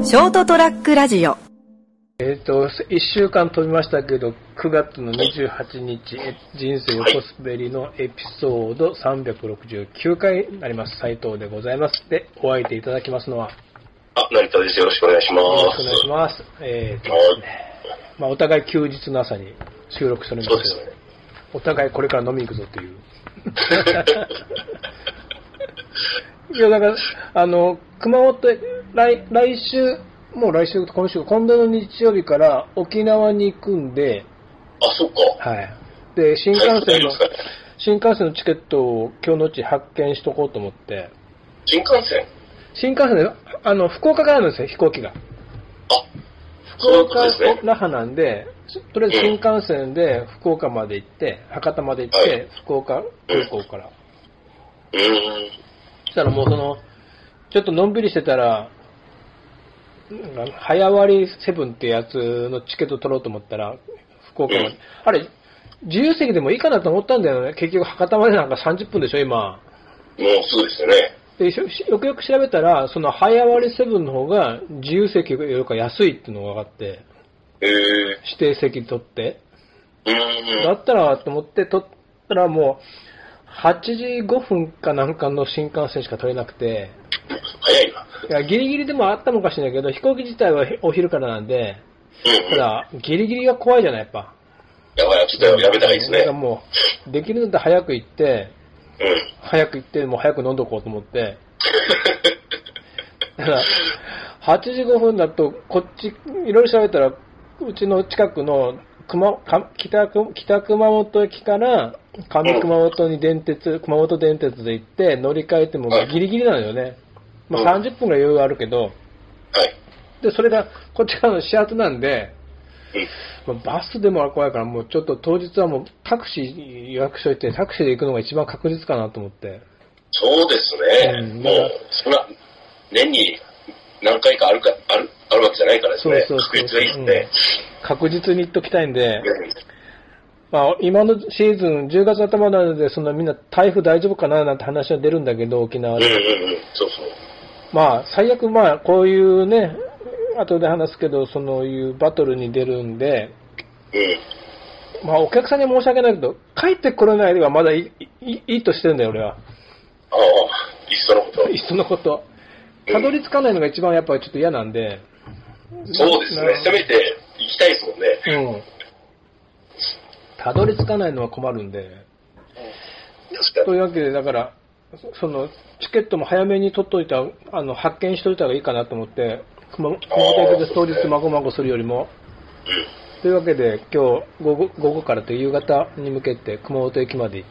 ショートトラックラジオ。 1週間飛びましたけど、9月の28日、人生横滑りのエピソード369回になります。斉藤でございます。で、お相手いただきますのは、 成田です。よろしくお願いします。 よろしくお願いします。お互い休日の朝に収録しておりますけど、そうですね、お互いこれから飲み行くぞという。いや、だから、熊本、来週、今度の日曜日から沖縄に行くんで、 あ、そっか。 はい。で、新幹線のチケットを今日のうち発券しとこうと思って。 新幹線で、福岡からなんですよ、飛行機が。福岡、那覇なんで、とりあえず新幹線で福岡まで行って、博多まで行って、福岡空港から。そしたらもうちょっとのんびりしてたら、早割セブンってやつのチケット取ろうと思ったら、福岡まで。あれ、自由席でもいいかなと思ったんだよね。結局博多までなんか30分でしょ、今。 もうそうですよね。 で、よくよく調べたら、その早割セブンの方が自由席よりか安いっていうのが分かって、指定席取って。だったらと思って取ったらもう、8時5分かなんかの新幹線しか取れなくて、 早いな。 いや、ギリギリでもあったのかしらないけど、飛行機自体はお昼からなんで、ただ、ギリギリが怖いじゃない、やっぱ。 やばい、ちょっとやめた方がいいですね。 だからもう、できるので早く行って、もう早く飲んどこうと思って。だから、8時5分だと、こっち、いろいろ調べたら、うちの近くの北熊本駅から上熊本に熊本電鉄で行って乗り換えてもギリギリなのよね。まあ、30分が余裕があるけど、で、それがこっちからの始発なんで、バスでも怖いから、もうちょっと当日はもうタクシー予約しといて、タクシーで行くのが一番確実かなと思って。 そうですね。もう、そんな、年に何回かあるわけじゃないからですね。確実がいいって。 確実に行っときたいんで、まあ、今のシーズン、10月頭なので、みんな台風大丈夫かななんて話は出るんだけど、沖縄で。 そうそう。 まあ、最悪、こういうね、後で話すけど、そういうバトルに出るんで、まあ、お客さんには申し訳ないけど、帰ってこれないではまだいいとしてるんだよ、俺は。 ああ、いっそのこと。 いっそのこと。たどり着かないのが一番やっぱりちょっと嫌なんで。 そうですね。せめて行きたいですもんね。 たどり着かないのは困るんで。というわけで、だから、チケットも早めに取っといた、発券しといた方がいいかなと思って、熊本駅で当日まごまごするよりも。というわけで、今日午後からと夕方に向けて熊本駅まで行って、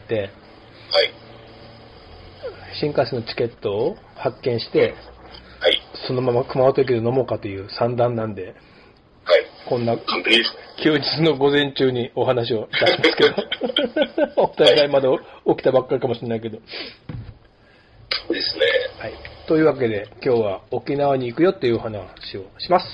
新幹線のチケットを発券して、そのまま熊本駅で飲もうかという算段なんで、こんな休日の午前中にお話をしたんですけど、お互いまだ起きたばっかりかもしれないけど。 そうですね。 というわけで、今日は沖縄に行くよっていうお話をします。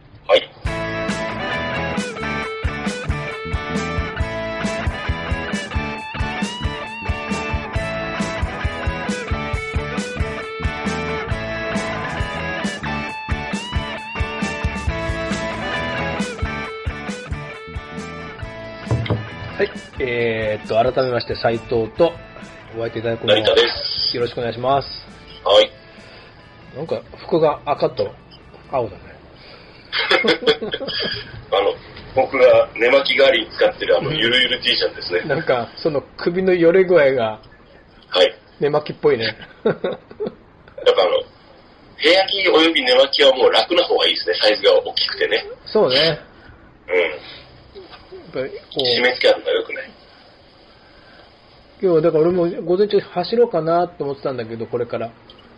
改めまして斉藤とお相手いただくのは成田です。 よろしくお願いします。なんか服が赤と青だね。 僕が寝巻き代わりに使ってるゆるゆる T シャツですね。 なんかその首のよれ具合が寝巻きっぽいね。 やっぱ部屋着および寝巻きはもう楽な方がいいですね。サイズが大きくてね。 そうね。 締め付けあるのが良くない。 今日だから俺も午前中走ろうかなと思ってたんだけど、これから。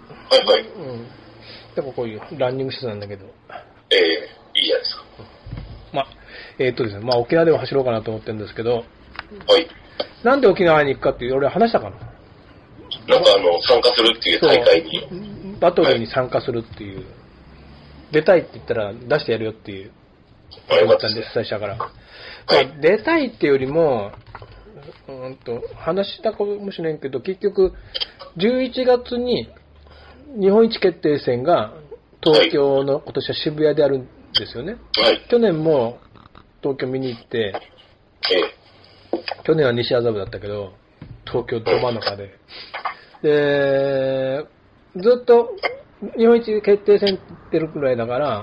でもこういうランニングシューズなんだけど。 いいじゃないですか。 ですね、沖縄でも走ろうかなと思ってるんですけど、なんで沖縄に行くかっていう、俺話したかな。 なんか参加するっていう大会に。 バトルに参加するっていう。出たいって言ったら出してやるよっていう。ことだったんです、最初から。出たいっていうよりも、話したかもしれんけど、結局、11月に日本一決定戦が東京の今年は渋谷であるんですよね。 はい。 去年も東京見に行って、去年は西麻布だったけど、東京ど真ん中で。で、ずっと日本一決定戦ってるくらいだから、 はい。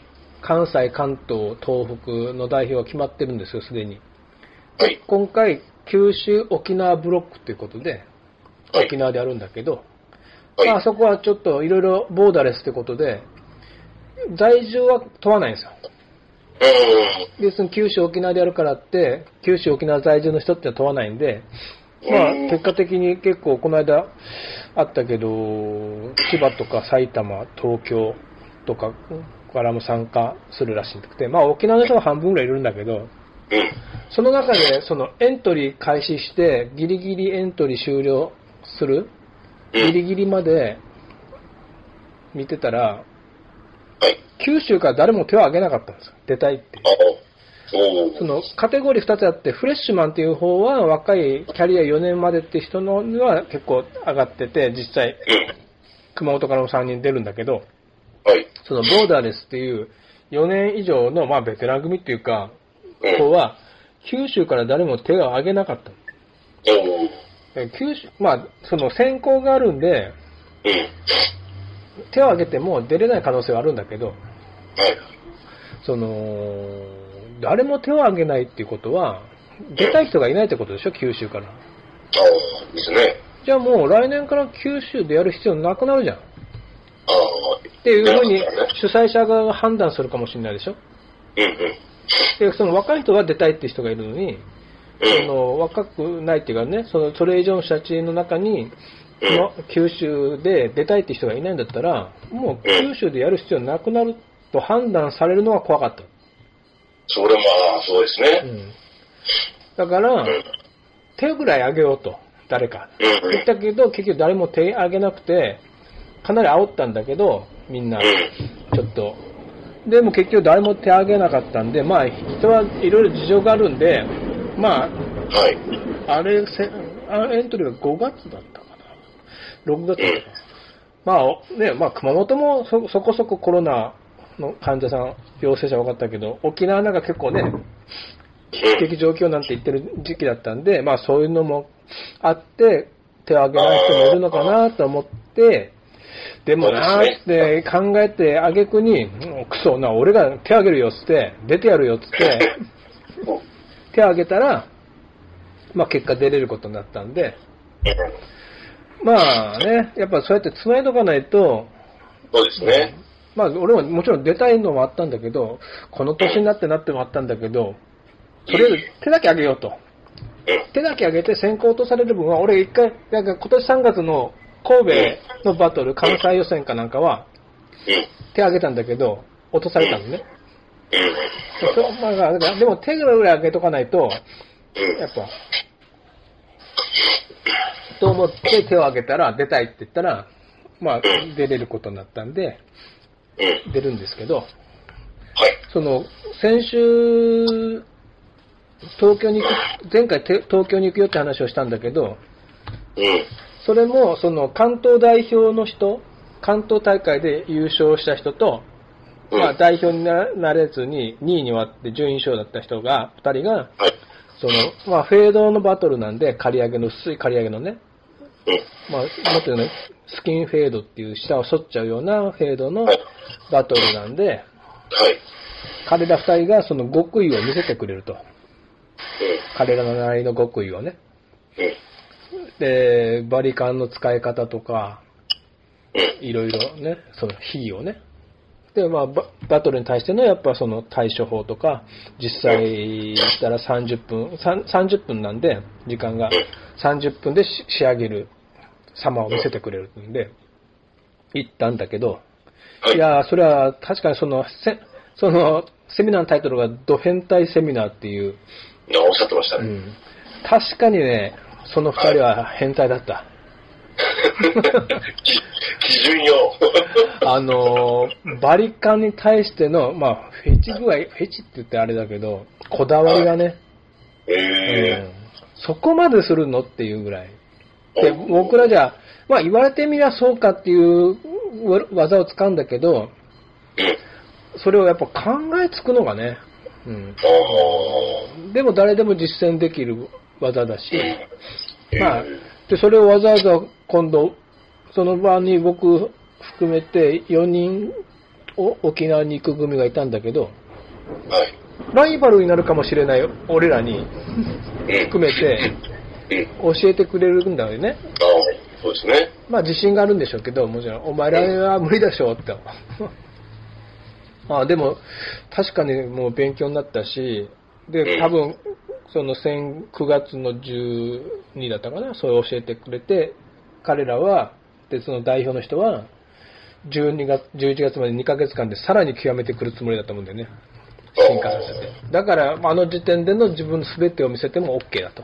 関西、関東、東北の代表は決まってるんですよ、すでに。 はい。 今回、九州、沖縄ブロックということで、 はい、 沖縄であるんだけど、 はい、 まあそこはちょっといろいろボーダレスということで、在住は問わないんですよ。別に九州、沖縄でやるからって、九州、沖縄在住の人ってのは問わないんで、まあ結果的に結構この間あったけど、千葉とか埼玉、東京とかからも参加するらしくて、まあ沖縄の人は半分ぐらいいるんだけど、その中でそのエントリー開始してギリギリエントリー終了するギリギリまで見てたら、九州から誰も手を挙げなかったんですよ。出たいって。そのカテゴリー2つあって、フレッシュマンっていう方は若いキャリア4年までって人のには結構上がってて、実際、熊本からも3人出るんだけど、そのボーダーレスっていう4年以上のまあベテラン組っていうか、方は九州から誰も手を挙げなかった。九州、まあその選考があるんで、手を挙げても出れない可能性はあるんだけど、その誰も手を挙げないっていうことは出たい人がいないってことでしょ、九州から。 ですね。 じゃあもう来年から九州でやる必要なくなるじゃん。っていうふうに主催者側が判断するかもしれないでしょ。でその若い人は出たいって人がいるのに、その若くないっていうかね、それ以上の人たちの中に、九州で出たいって人がいないんだったら、もう九州でやる必要なくなると判断されるのが怖かった。 それまあそうですね。 だから、手ぐらい上げようと、誰か。言ったけど、結局誰も手上げなくて、かなり煽ったんだけど、みんな、ちょっと。でも結局誰も手上げなかったんで、まあ人はいろいろ事情があるんで、まあ、あれエントリーが5月だったかな。6月だったかな。まあね、まあ熊本もそこそこコロナの患者さん、陽性者分かったけど、沖縄なんか結構ね、危機的状況なんて言ってる時期だったんで、まあそういうのもあって、手を挙げない人もいるのかなと思って、でもなーって考えてあげくに、クソな、俺が手挙げるよっつって、出てやるよっつって、手挙げたら、まあ結果出れることになったんで、まあね、やっぱそうやって繋いどかないと、 そうですね。 まあ俺ももちろん出たいのもあったんだけど、この年になってもあったんだけど、とりあえず手だけ挙げようと。手だけ挙げて選考落とされる分は、俺一回、なんか今年3月の神戸のバトル、関西予選かなんかは、手挙げたんだけど、落とされたのね。まあ、でも手ぐらい挙げとかないと、やっぱ、と思って手を挙げたら、出たいって言ったら、まあ、出れることになったんで、出るんですけど、その、先週、前回東京に行くよって話をしたんだけど、それも、その関東代表の人、関東大会で優勝した人と、まあ代表になれずに2位に終わって準優勝だった人が、2人が、その、まあフェードのバトルなんで、刈り上げの、薄い刈り上げのね、まあ、もっと言うね、スキンフェードっていう下を反っちゃうようなフェードのバトルなんで、彼ら2人がその極意を見せてくれると。彼らのなりの極意をね。で、バリカンの使い方とか、いろいろね、その秘技をね。で、まあ、バトルに対してのやっぱその対処法とか、実際したら30分なんで、時間が30分で仕上げる様を見せてくれるんで、行ったんだけど、いや、それは確かにそのセミナーのタイトルがド変態セミナーっていう。 おっしゃってましたね。 確かにね、その二人は変態だった。 基準よ。 バリカンに対しての、まあ、フェチ具合、フェチって言ってあれだけど、こだわりがね、そこまでするのっていうぐらい。で、僕らじゃ、まあ言われてみりゃそうかっていう技を使うんだけど、それをやっぱ考えつくのがね、でも誰でも実践できる技だし、まあ、で、それをわざわざ今度、その場に僕含めて4人沖縄に行く組がいたんだけど、ライバルになるかもしれない俺らに含めて教えてくれるんだよね。 そうですね。 まあ自信があるんでしょうけど、もちろんお前らは無理でしょってでも確かにもう勉強になったし、で多分その9月の12だったかな、それを教えてくれて、彼らはでその代表の人は11月まで2ヶ月間でさらに極めてくるつもりだったもんでね、進化させて。だからあの時点での自分の全てを見せても OK だと。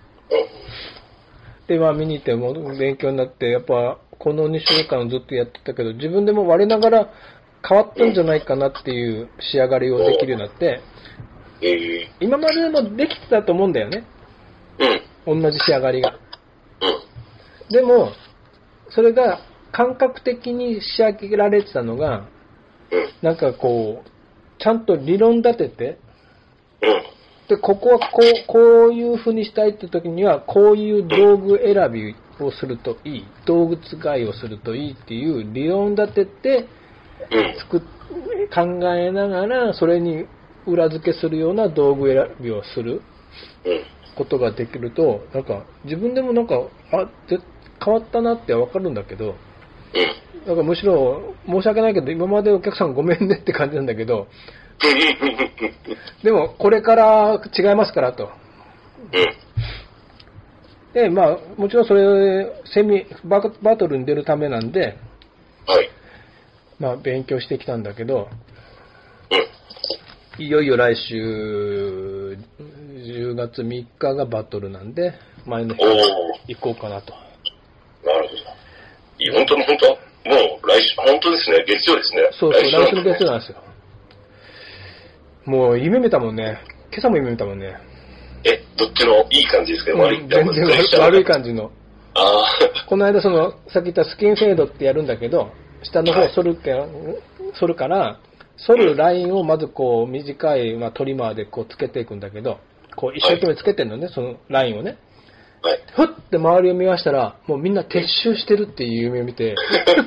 で、まあ見に行っても勉強になって、やっぱこの2週間ずっとやってたけど、自分でも我ながら変わったんじゃないかなっていう仕上がりをできるようになって、今までもできてたと思うんだよね。同じ仕上がりが。でも、それが感覚的に仕上げられてたのが、なんかこう、ちゃんと理論立てて、で、ここはこういう風にしたいって時には、こういう道具選びをするといい、道具使いをするといいっていう理論立てて、考えながら、それに裏付けするような道具選びをすることができると、なんか自分でもなんか、変わったなってわかるんだけど、なんかむしろ申し訳ないけど、今までお客さんごめんねって感じなんだけど、でもこれから違いますからと。で、まあもちろんそれバトルに出るためなんで、まあ勉強してきたんだけど、いよいよ来週10月3日がバトルなんで、前の日行こうかなと。 なるほど。本当もう来週、本当ですね、月曜ですね。 そう、来週の月曜なんですよ。もう夢見たもんね。今朝も夢見たもんね。 どっちのいい感じですか？ 全然悪い感じの。この間さっき言ったスキンフェードってやるんだけど、下の方反るから、反るラインをまずこう短い、トリマーでこうつけていくんだけど、こう一生懸命つけてるのね、そのラインをね。ふって周りを見ましたら、もうみんな撤収してるっていう夢を見て、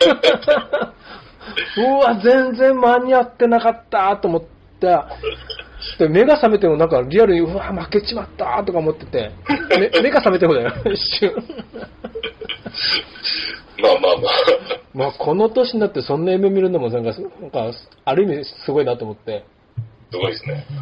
うわ、全然間に合ってなかったと思って、で目が覚めてもなんかリアルに、うわ、負けちまったとか思ってて、目が覚めてもだよ、一瞬。まあこの年になってそんな夢見るのもなんかある意味すごいなと思って。 すごいですね。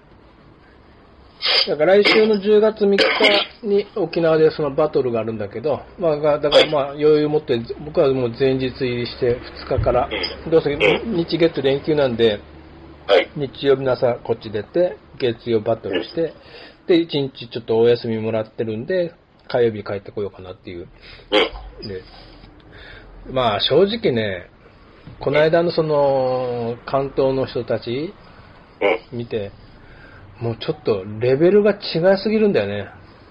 だから来週の10月3日に沖縄でそのバトルがあるんだけど、だからまあ余裕を持って僕はもう前日入りして2日からどうせ日月連休なんで、日曜日の朝こっち出て月曜バトルしてで1日ちょっとお休みもらってるんで火曜日帰ってこようかなっていうで、まあ正直ね、この間のその関東の人たち見てもうちょっとレベルが違いすぎるんだよね。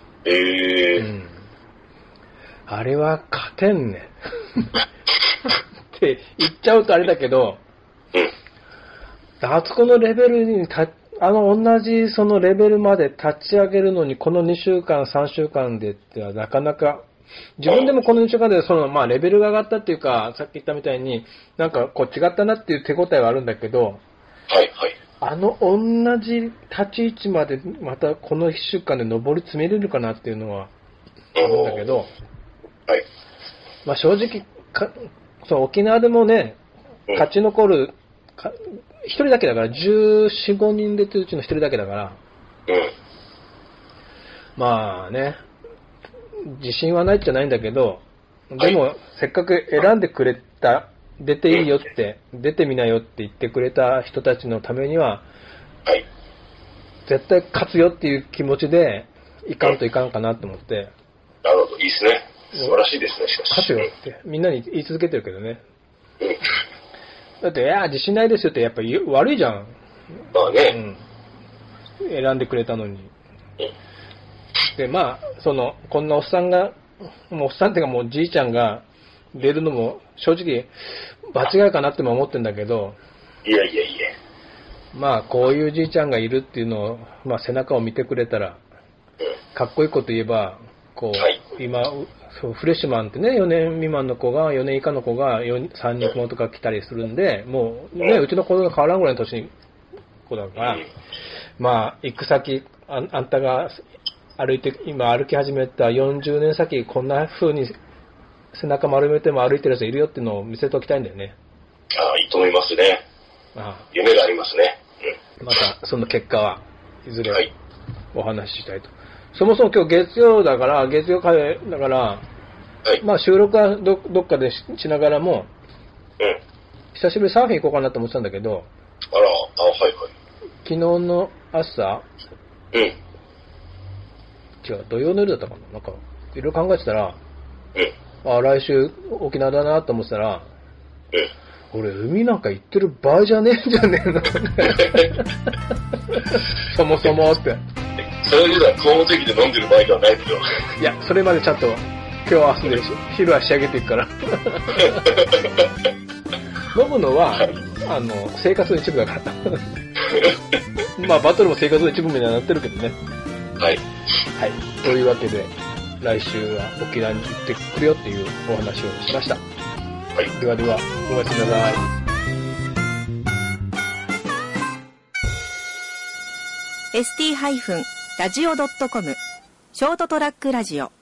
あれは勝てんねって言っちゃうとあれだけど、あそこのレベルに同じそのレベルまで立ち上げるのにこの2週間3週間でってはなかなか、自分でもこの2週間でそのまあレベルが上がったっていうか、さっき言ったみたいになんかこう違ったなっていう手応えはあるんだけど、同じ立ち位置までまたこの1週間で上り詰めれるかなっていうのはあるんだけど、まあ正直そう沖縄でもね、勝ち残る1人だけだから、14、15人出てるうちの1人だけだから、まあね、自信はないっちゃないんだけど、でもせっかく選んでくれた、出ていいよって、出てみなよって言ってくれた人たちのためには、絶対勝つよっていう気持ちでいかんといかんかなと思って。 なるほど、いいですね。素晴らしいですね、しかし。 勝つよってみんなに言い続けてるけどね。だって、自信ないですよってやっぱり悪いじゃん。 まあね。 選んでくれたのに。で、まあ、こんなおっさんが、もうおっさんっていうかもうじいちゃんが、 出るのも正直場違いかなっても思ってるんだけど、 いや。 まあこういうじいちゃんがいるっていうのを、まあ背中を見てくれたら、かっこいいこと言えば、こう、はい、今、そうフレッシュマンってね、4年未満の子が、4年以下の子が3人子とか来たりするんで、もうね、うちの子が変わらんぐらいの年の子だから、まあ、行く先、あんたが今歩き始めた40年先、こんな風に背中丸めても歩いてる人いるよっていうのを見せておきたいんだよね。 ああ、いいと思いますね。夢がありますね。 また、その結果はいずれお話ししたいと。そもそも今日月曜だから、月曜会だから、まあ収録はどっかで しながらも、久しぶりにサーフィン行こうかなと思ってたんだけど、 はいはい。 昨日の朝、違う、土曜の夜だったかな、なんか、いろいろ考えてたら、来週沖縄だなと思ってたら、俺、海なんか行ってる場合じゃねえんじゃねえのそもそもって。 それでは、この席で飲んでる場合ではないですよ。 いや、それまでちゃんと、今日明日で昼は仕上げていくから。飲むのは、生活の一部だから。まあ、バトルも生活の一部みたいになってるけどね。 はい。 はい。というわけで、来週は沖縄に行ってくるよっていうお話をしました。はい。ではでは、お待ちください。 st-radio.com ショートトラックラジオ